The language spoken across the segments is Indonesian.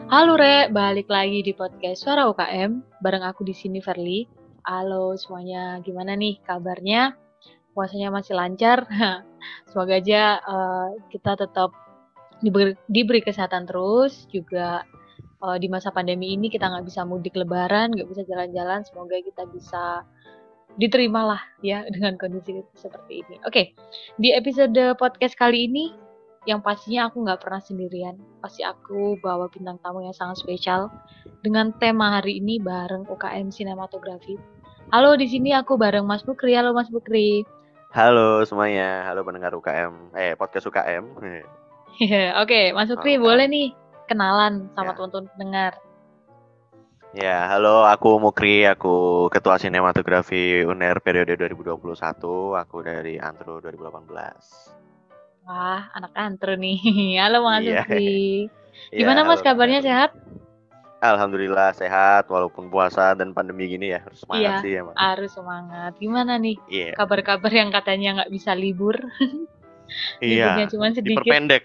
Halo Re, balik lagi di podcast Suara UKM bareng aku di sini Verly. Halo semuanya, gimana nih kabarnya? Puasanya masih lancar? Semoga aja kita tetap diberi kesehatan terus. Juga di masa pandemi ini kita nggak bisa mudik lebaran, nggak bisa jalan-jalan. Semoga kita bisa diterimalah ya dengan kondisi seperti ini. Oke, di episode podcast kali ini yang pastinya aku nggak pernah sendirian. Pasti aku bawa bintang tamu yang sangat spesial dengan tema hari ini bareng UKM Sinematografi. Halo, di sini aku bareng Mas Bukri. Halo Mas Bukri. Halo semuanya, halo pendengar UKM, podcast UKM. Oke, Mas Soal Bukri boleh UKM. nih kenalan sama Ya. teman-teman pendengar. Ya, halo, aku Mukri, aku Ketua Sinematografi UNER periode 2021, aku dari Antro 2018. Wah, anak antro nih. Halo Mas Iya. Bukri. Iya, Gimana Mas halo Kak kabarnya Verly. sehat? Alhamdulillah sehat walaupun puasa dan pandemi gini ya, harus Iya, semangat sih emang. harus semangat. Gimana nih Iya. kabar-kabar yang katanya nggak bisa libur? Liburnya Iya, cuma sedikit. diperpendek.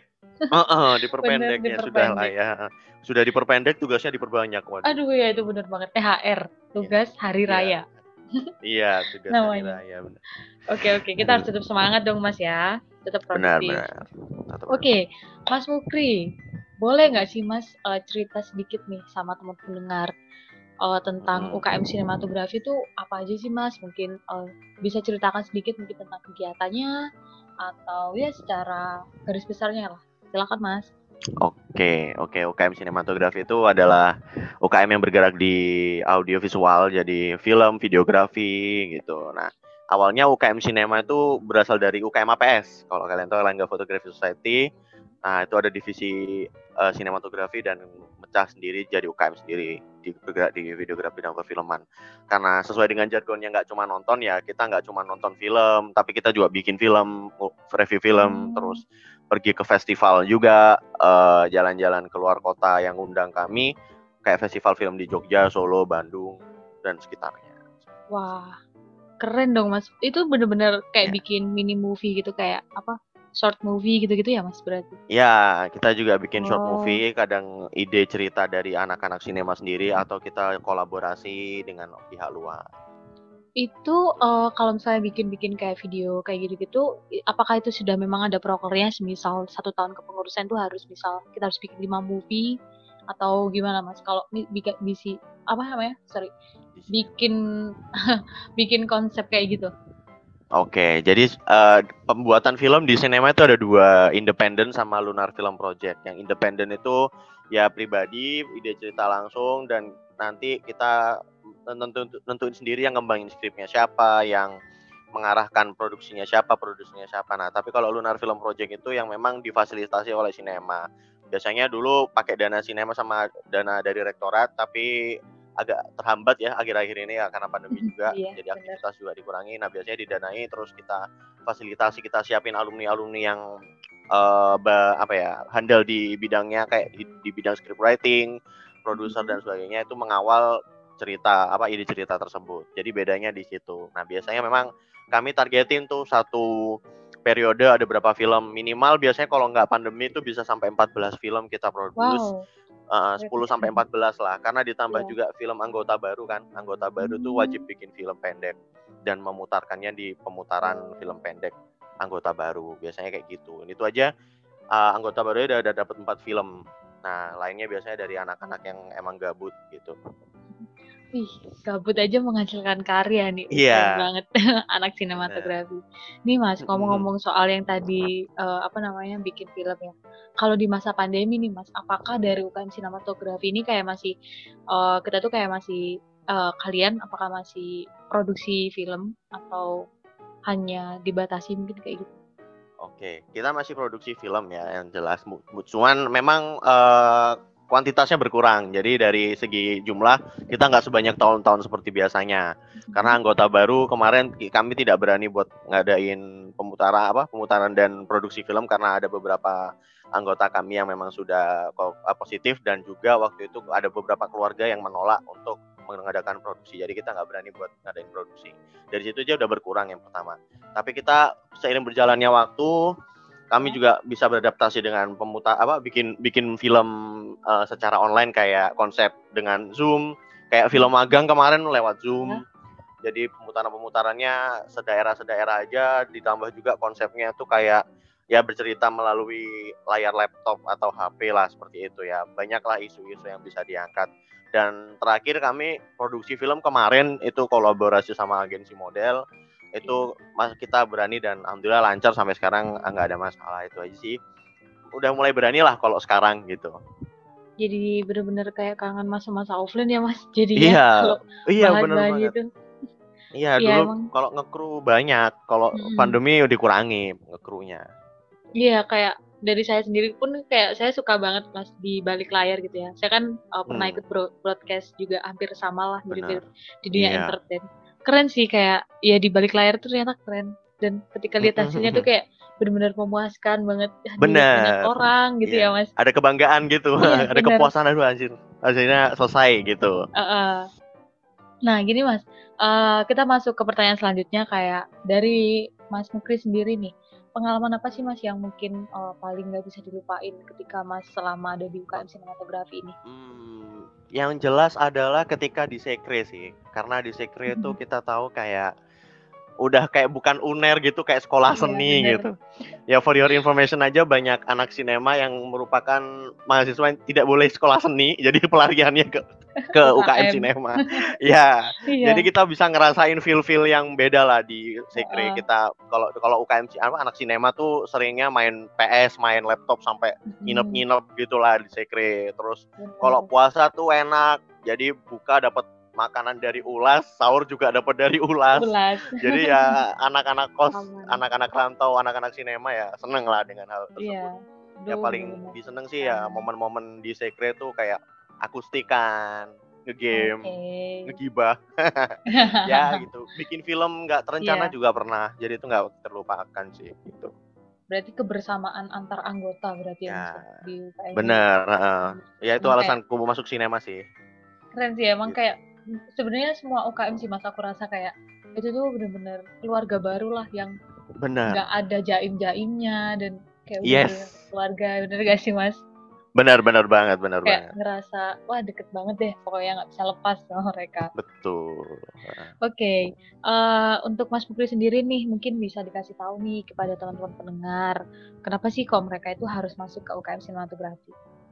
Bener, Diperpendek ya sudah lah diperpendek. ya. Sudah diperpendek, tugasnya diperbanyak, waduh. Aduh ya itu bener banget. THR, Iya. tugas hari Iya. raya Iya, tugas hari namanya. raya benar. Oke, oke, kita harus Aduh. tetap semangat dong Mas ya. Tetap Benar, produktif. benar. Satu Oke, produktif. Mas Mukri, boleh nggak sih Mas cerita sedikit nih sama teman pendengar tentang Mm-mm. UKM sinematografi itu apa aja sih Mas? Mungkin bisa ceritakan sedikit mungkin tentang kegiatannya atau ya secara garis besarnya lah. Silakan Mas. Oke, oke. UKM sinematografi itu adalah UKM yang bergerak di audiovisual, jadi film, videografi gitu. Nah, awalnya UKM Sinema itu berasal dari UKM APS. Kalau kalian tahu Erlangga Photography Society, nah itu ada divisi sinematografi dan mecah sendiri jadi UKM sendiri di bergerak di videografi dan perfilman. Karena sesuai dengan jargonnya nggak cuma nonton ya, kita nggak cuma nonton film, tapi kita juga bikin film, review film, Hmm, terus pergi ke festival juga, jalan-jalan keluar kota yang undang kami, kayak festival film di Jogja, Solo, Bandung, dan sekitarnya. wah, keren dong Mas. Itu bener-bener kayak Ya, bikin mini movie gitu kayak apa? Short movie gitu-gitu ya Mas berarti. ya kita juga bikin short Oh, movie, kadang ide cerita dari anak-anak sinema sendiri, atau kita kolaborasi dengan pihak luar. itu kalau misalnya bikin-bikin kayak video kayak gitu-gitu, apakah itu sudah memang ada prokernya? Semisal 1 tahun kepengurusan tuh harus misal kita harus bikin 5 movie atau gimana Mas? Kalau bisi apa namanya? Sorry, Di sini. bikin bikin konsep kayak gitu. Oke, jadi pembuatan film di sinema itu ada dua, independen sama Lunar Film Project. Yang independen itu ya pribadi, ide cerita langsung, dan nanti kita nentuin sendiri yang ngembangin skripnya siapa, yang mengarahkan produksinya siapa. Nah, tapi kalau Lunar Film Project itu yang memang difasilitasi oleh sinema. Biasanya dulu pakai dana sinema sama dana dari rektorat, tapi agak terhambat ya akhir-akhir ini ya karena pandemi juga, Iya, jadi benar. aktivitas juga dikurangi. Nah, biasanya didanai, terus kita fasilitasi, kita siapin alumni-alumni yang apa ya, handal di bidangnya, kayak di bidang script writing, produser dan sebagainya, itu mengawal cerita apa ide cerita tersebut. Jadi bedanya di situ. Nah, biasanya memang kami targetin tuh satu periode ada berapa film, minimal biasanya kalau nggak pandemi itu bisa sampai 14 film kita produce, Wow, keren 10 ya. sampai 14 lah, karena ditambah Iya. juga film anggota baru kan. Anggota baru tuh Hmm, wajib bikin film pendek dan memutarkannya di pemutaran film pendek anggota baru. Biasanya kayak gitu. Itu aja anggota baru udah dapat 4 film. Nah, lainnya biasanya dari anak-anak yang emang gabut gitu. Wih, gabut aja menghasilkan karya nih. Wih, keren Iya, banget anak benar. sinematografi. Nih Mas, ngomong-ngomong soal yang tadi apa namanya bikin film ya. Kalau di masa pandemi nih Mas, apakah dari UKM sinematografi ini kayak masih kita tuh kayak masih kalian apakah masih produksi film atau hanya dibatasi mungkin kayak gitu? Oke, kita masih produksi film ya yang jelas. Cuman memang kuantitasnya berkurang. Jadi dari segi jumlah kita nggak sebanyak tahun-tahun seperti biasanya. Karena Mhm. anggota baru kemarin kami tidak berani buat ngadain pemutaran dan produksi film karena ada beberapa anggota kami yang memang sudah positif, dan juga waktu itu ada beberapa keluarga yang menolak untuk mengadakan produksi. Jadi kita nggak berani buat ngadain produksi. Dari situ aja udah berkurang yang pertama. Tapi kita seiring berjalannya waktu, Kami juga bisa beradaptasi dengan bikin film secara online kayak konsep dengan Zoom, kayak film magang kemarin lewat Zoom. Jadi pemutarannya sedaerah aja, ditambah juga konsepnya tuh kayak ya bercerita melalui layar laptop atau HP lah, seperti itu ya. Banyaklah isu-isu yang bisa diangkat. Dan terakhir kami produksi film kemarin itu kolaborasi sama agensi model. Itu kita berani dan alhamdulillah lancar sampai sekarang, nggak ada masalah. Itu aja sih. Udah mulai berani lah kalau sekarang gitu. Jadi bener-bener kayak kangen masa-masa offline ya Mas. Jadi ya Iya, kalau iya bener bahan-bahan banget. itu. Iya, Iya dulu emang. kalau nge-crew banyak, kalau pandemi dikurangi nge-crewnya. Iya kayak dari saya sendiri pun kayak saya suka banget Mas di balik layar gitu ya. Saya kan pernah ikut broadcast juga hampir sama lah Benar. di dunia Iya. entertain. Keren sih kayak ya di balik layar tuh ternyata keren. Dan ketika lihat hasilnya tuh kayak benar-benar memuaskan banget dilihat banyak Bener. orang gitu ya Iya. Mas. Ada kebanggaan gitu, Iya ada benar. kepuasan, aduh anjir. Hasilnya selesai gitu. Nah gini Mas, kita masuk ke pertanyaan selanjutnya kayak dari Mas Mukri sendiri nih, pengalaman apa sih Mas yang mungkin paling nggak bisa dilupain ketika Mas selama ada di UKM sinematografi ini? Yang jelas adalah ketika di Sekre sih, karena di Sekre itu kita tahu kayak udah kayak bukan UNER gitu, kayak sekolah Iya seni bener. gitu. Ya for your information aja, banyak anak sinema yang merupakan mahasiswa yang tidak boleh sekolah seni, jadi pelariannya ke UKM UKM. sinema. Ya, jadi Iya. kita bisa ngerasain feel yang beda lah di Sekre. Kita kalau UKM anak sinema tuh seringnya main PS, main laptop sampai nginep gitulah di Sekre. Terus kalau puasa tuh enak, jadi buka dapat makanan dari Ulas, sahur juga dapat dari Ulas. Jadi ya anak-anak kos, anak-anak rantau, anak-anak sinema ya seneng lah dengan hal tersebut. Iya. Ya paling diseneng sih ya momen-momen di Sekre tuh kayak akustikan, ngegame, ngegibah. Ya gitu. Bikin film nggak terencana juga pernah. Jadi itu nggak terlupakan sih gitu. Berarti kebersamaan antar anggota berarti ya di UKM. Bener. Ya itu alasanku masuk sinema sih. Keren sih emang kayak sebenarnya semua UKM sih Mas, aku rasa kayak itu tuh bener-bener keluarga baru lah yang nggak ada jaim-jaimnya dan kayak udah keluarga, bener gak sih Mas? Benar banget. Kayak ngerasa wah deket banget deh, pokoknya nggak bisa lepas sama mereka. Betul. Oke, untuk Mas Mukri sendiri nih mungkin bisa dikasih tahu nih kepada teman-teman pendengar, kenapa sih kok mereka itu harus masuk ke UKM sinematografi?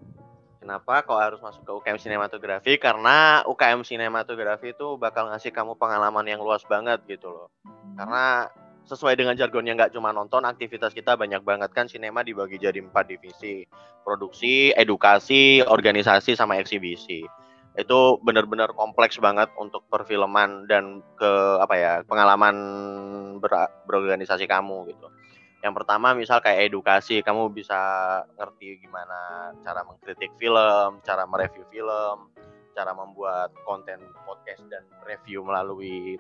Kenapa kok harus masuk ke UKM sinematografi? Karena UKM sinematografi itu bakal ngasih kamu pengalaman yang luas banget gitu loh. Karena sesuai dengan jargonnya nggak cuma nonton, aktivitas kita banyak banget kan. Sinema dibagi jadi 4 divisi, produksi, edukasi, organisasi, sama eksibisi. Itu benar-benar kompleks banget untuk perfilman dan pengalaman berorganisasi kamu gitu. Yang pertama misal kayak edukasi, kamu bisa ngerti gimana cara mengkritik film, cara mereview film, cara membuat konten podcast dan review melalui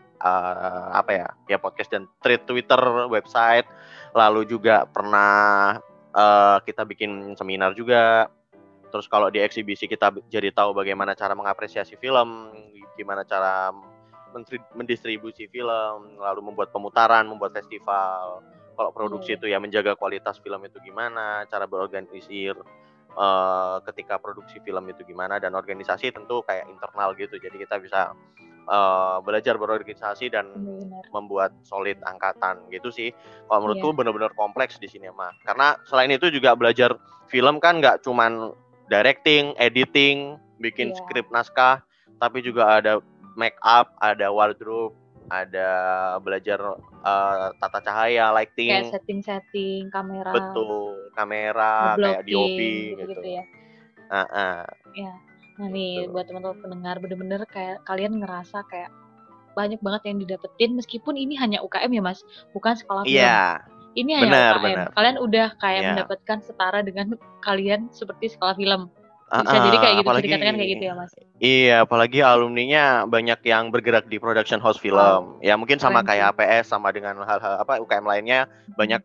podcast dan thread Twitter, website. Lalu juga pernah kita bikin seminar juga. Terus kalau di eksibisi kita jadi tahu bagaimana cara mengapresiasi film, gimana cara mendistribusi film, lalu membuat pemutaran, membuat festival. Kalau produksi itu ya menjaga kualitas film itu gimana, cara berorganisir ketika produksi film itu gimana, dan organisasi tentu kayak internal gitu. Jadi kita bisa belajar berorganisasi dan membuat solid angkatan gitu sih. Kalau menurutku benar-benar kompleks di sinema. Karena selain itu juga belajar film kan nggak cuman directing, editing, bikin skrip naskah, tapi juga ada make up, ada wardrobe, ada belajar tata cahaya, lighting, kayak setting kamera. Betul, kamera, kayak DOP gitu ya. Ya. Nah nih buat teman-teman pendengar, bener-bener kayak kalian ngerasa kayak banyak banget yang didapetin meskipun ini hanya UKM ya Mas, bukan sekolah film. Ini hanya UKM. Kalian udah kayak mendapatkan setara dengan kalian seperti sekolah film. Bisa jadi kayak gitu, bisa dikatakan kayak gitu ya Mas. Iya, apalagi alumninya banyak yang bergerak di production house film. Ya mungkin sama kayak APS, sama dengan hal-hal UKM lainnya, banyak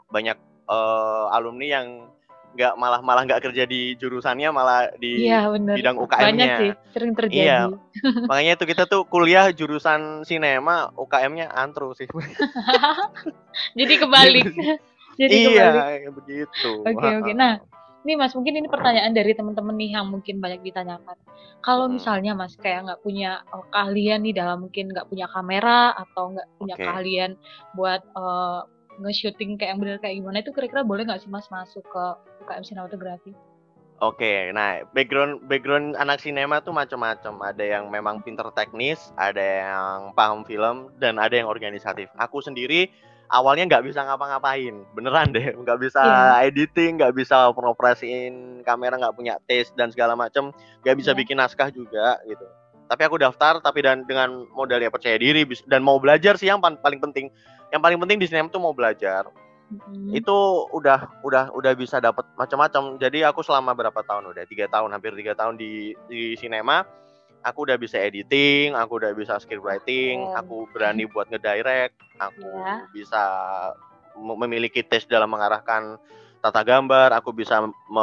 alumni yang malah nggak kerja di jurusannya, malah di bidang UKM-nya. Banyak sih, sering terjadi. Iya, makanya itu kita tuh kuliah jurusan sinema, UKM-nya antro sih. Jadi kebalik. Jadi kebalik. Iya, begitu. Oke, oke. Nah, ini Mas, mungkin ini pertanyaan dari teman-teman nih yang mungkin banyak ditanyakan. Kalau misalnya Mas kayak nggak punya keahlian nih dalam mungkin nggak punya kamera atau nggak punya keahlian buat nge-shooting kayak yang bener kayak gimana, itu kira-kira boleh nggak sih Mas masuk ke UKM sinematografi? Oke, nah background anak sinema tuh macam-macam. Ada yang memang pinter teknis, ada yang paham film, dan ada yang organisatif. Aku sendiri awalnya nggak bisa ngapa-ngapain, beneran deh, nggak bisa editing, nggak bisa pengoperasiin kamera, nggak punya taste dan segala macam, nggak bisa bikin naskah juga gitu. Tapi aku daftar, tapi dengan modalnya percaya diri dan mau belajar sih yang paling penting. Yang paling penting di sinema tuh mau belajar. Itu udah bisa dapat macam-macam. Jadi aku selama berapa tahun, udah 3 tahun, hampir 3 tahun di sinema, aku udah bisa editing, aku udah bisa script writing, aku berani buat ngedirect, aku bisa memiliki taste dalam mengarahkan tata gambar, aku bisa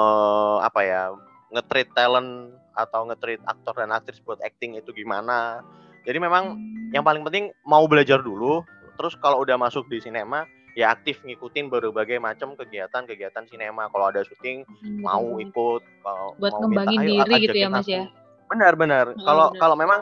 nge-treat talent atau nge-treat aktor dan aktris buat acting itu gimana. Jadi memang yang paling penting mau belajar dulu, terus kalau udah masuk di sinema ya aktif ngikutin berbagai macam kegiatan sinema. Kalau ada syuting mau ikut, kalau buat mau minta ngembangin ayo diri gitu ya Mas aku. ya. Benar. Kalau memang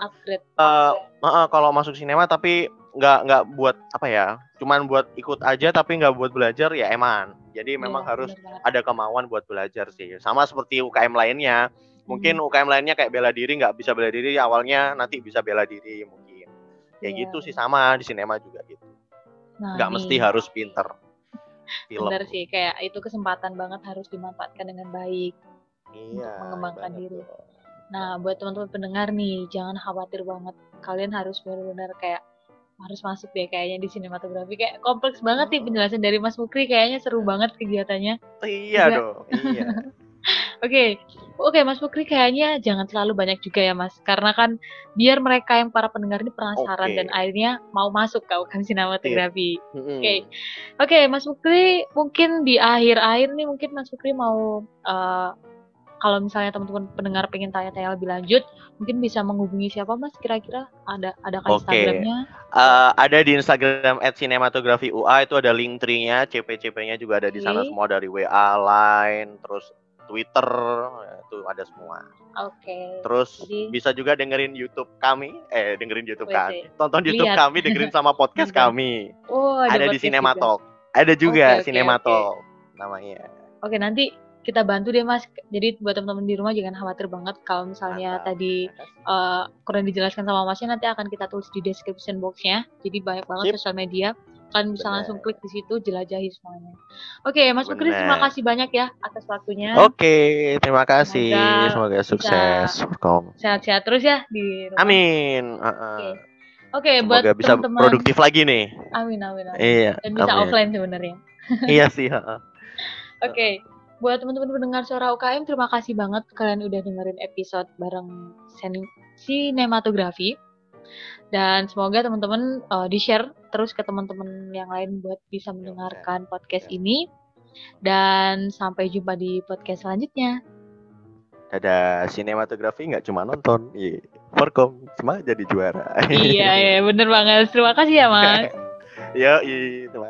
kalau masuk sinema tapi nggak buat cuman buat ikut aja tapi nggak buat belajar ya eman. Jadi memang harus ada kemauan buat belajar sih. Sama seperti UKM lainnya. Mungkin UKM lainnya kayak bela diri nggak bisa bela diri awalnya, nanti bisa bela diri mungkin. Kayak gitu sih, sama di sinema juga gitu. Nggak mesti harus pinter film. Bener sih, kayak itu kesempatan banget harus dimanfaatkan dengan baik untuk mengembangkan diri. Nah, buat teman-teman pendengar nih, jangan khawatir banget. Kalian harus benar-benar kayak harus masuk deh kayaknya di sinematografi. Kayak kompleks banget nih penjelasan dari Mas Mukri, kayaknya seru banget kegiatannya. Iya dong, iya. Oke, Mas Mukri kayaknya jangan terlalu banyak juga ya Mas, karena kan biar mereka yang para pendengar ini penasaran dan akhirnya mau masuk ke UKM sinematografi. Oke, Mas Mukri mungkin di akhir-akhir nih mungkin Mas Mukri mau kalau misalnya teman-teman pendengar pengen tanya-tanya lebih lanjut, mungkin bisa menghubungi siapa Mas kira-kira? Ada Instagramnya? Ada di Instagram @sinematografi_UA, itu ada link tree-nya, CP-CP-nya juga ada di sana semua, dari WA, Line, terus Twitter, itu ada semua. Terus bisa juga dengerin YouTube kami, tonton YouTube kami, dengerin sama podcast kami. Ada di Sinematalk. Ada juga Sinematalk namanya. Oke, nanti kita bantu deh Mas. Jadi buat teman-teman di rumah jangan khawatir banget kalau misalnya tadi kurang dijelaskan sama Masnya, nanti akan kita tulis di description box-nya. Jadi banyak banget sosial media. Kalian bisa langsung klik di situ, jelajahi semuanya. Oke, Mas Mukri, terima kasih banyak ya atas waktunya. Oke, terima kasih. Semoga sukses. Sehat-sehat terus ya di rumah. Amin. Oke, buat bisa teman-teman produktif lagi nih. Amin. Iya. Dan bisa offline sebenarnya. Iya sih. Oke, buat teman-teman pendengar Suara UKM, terima kasih banget kalian udah dengerin episode bareng sinematografi. Dan semoga teman-teman di-share terus ke teman-teman yang lain buat bisa mendengarkan podcast ini. Dan sampai jumpa di podcast selanjutnya. Dadah, sinematografi nggak cuma nonton, perform, semangat jadi juara. Iya, bener banget. Terima kasih ya Mas. Yo,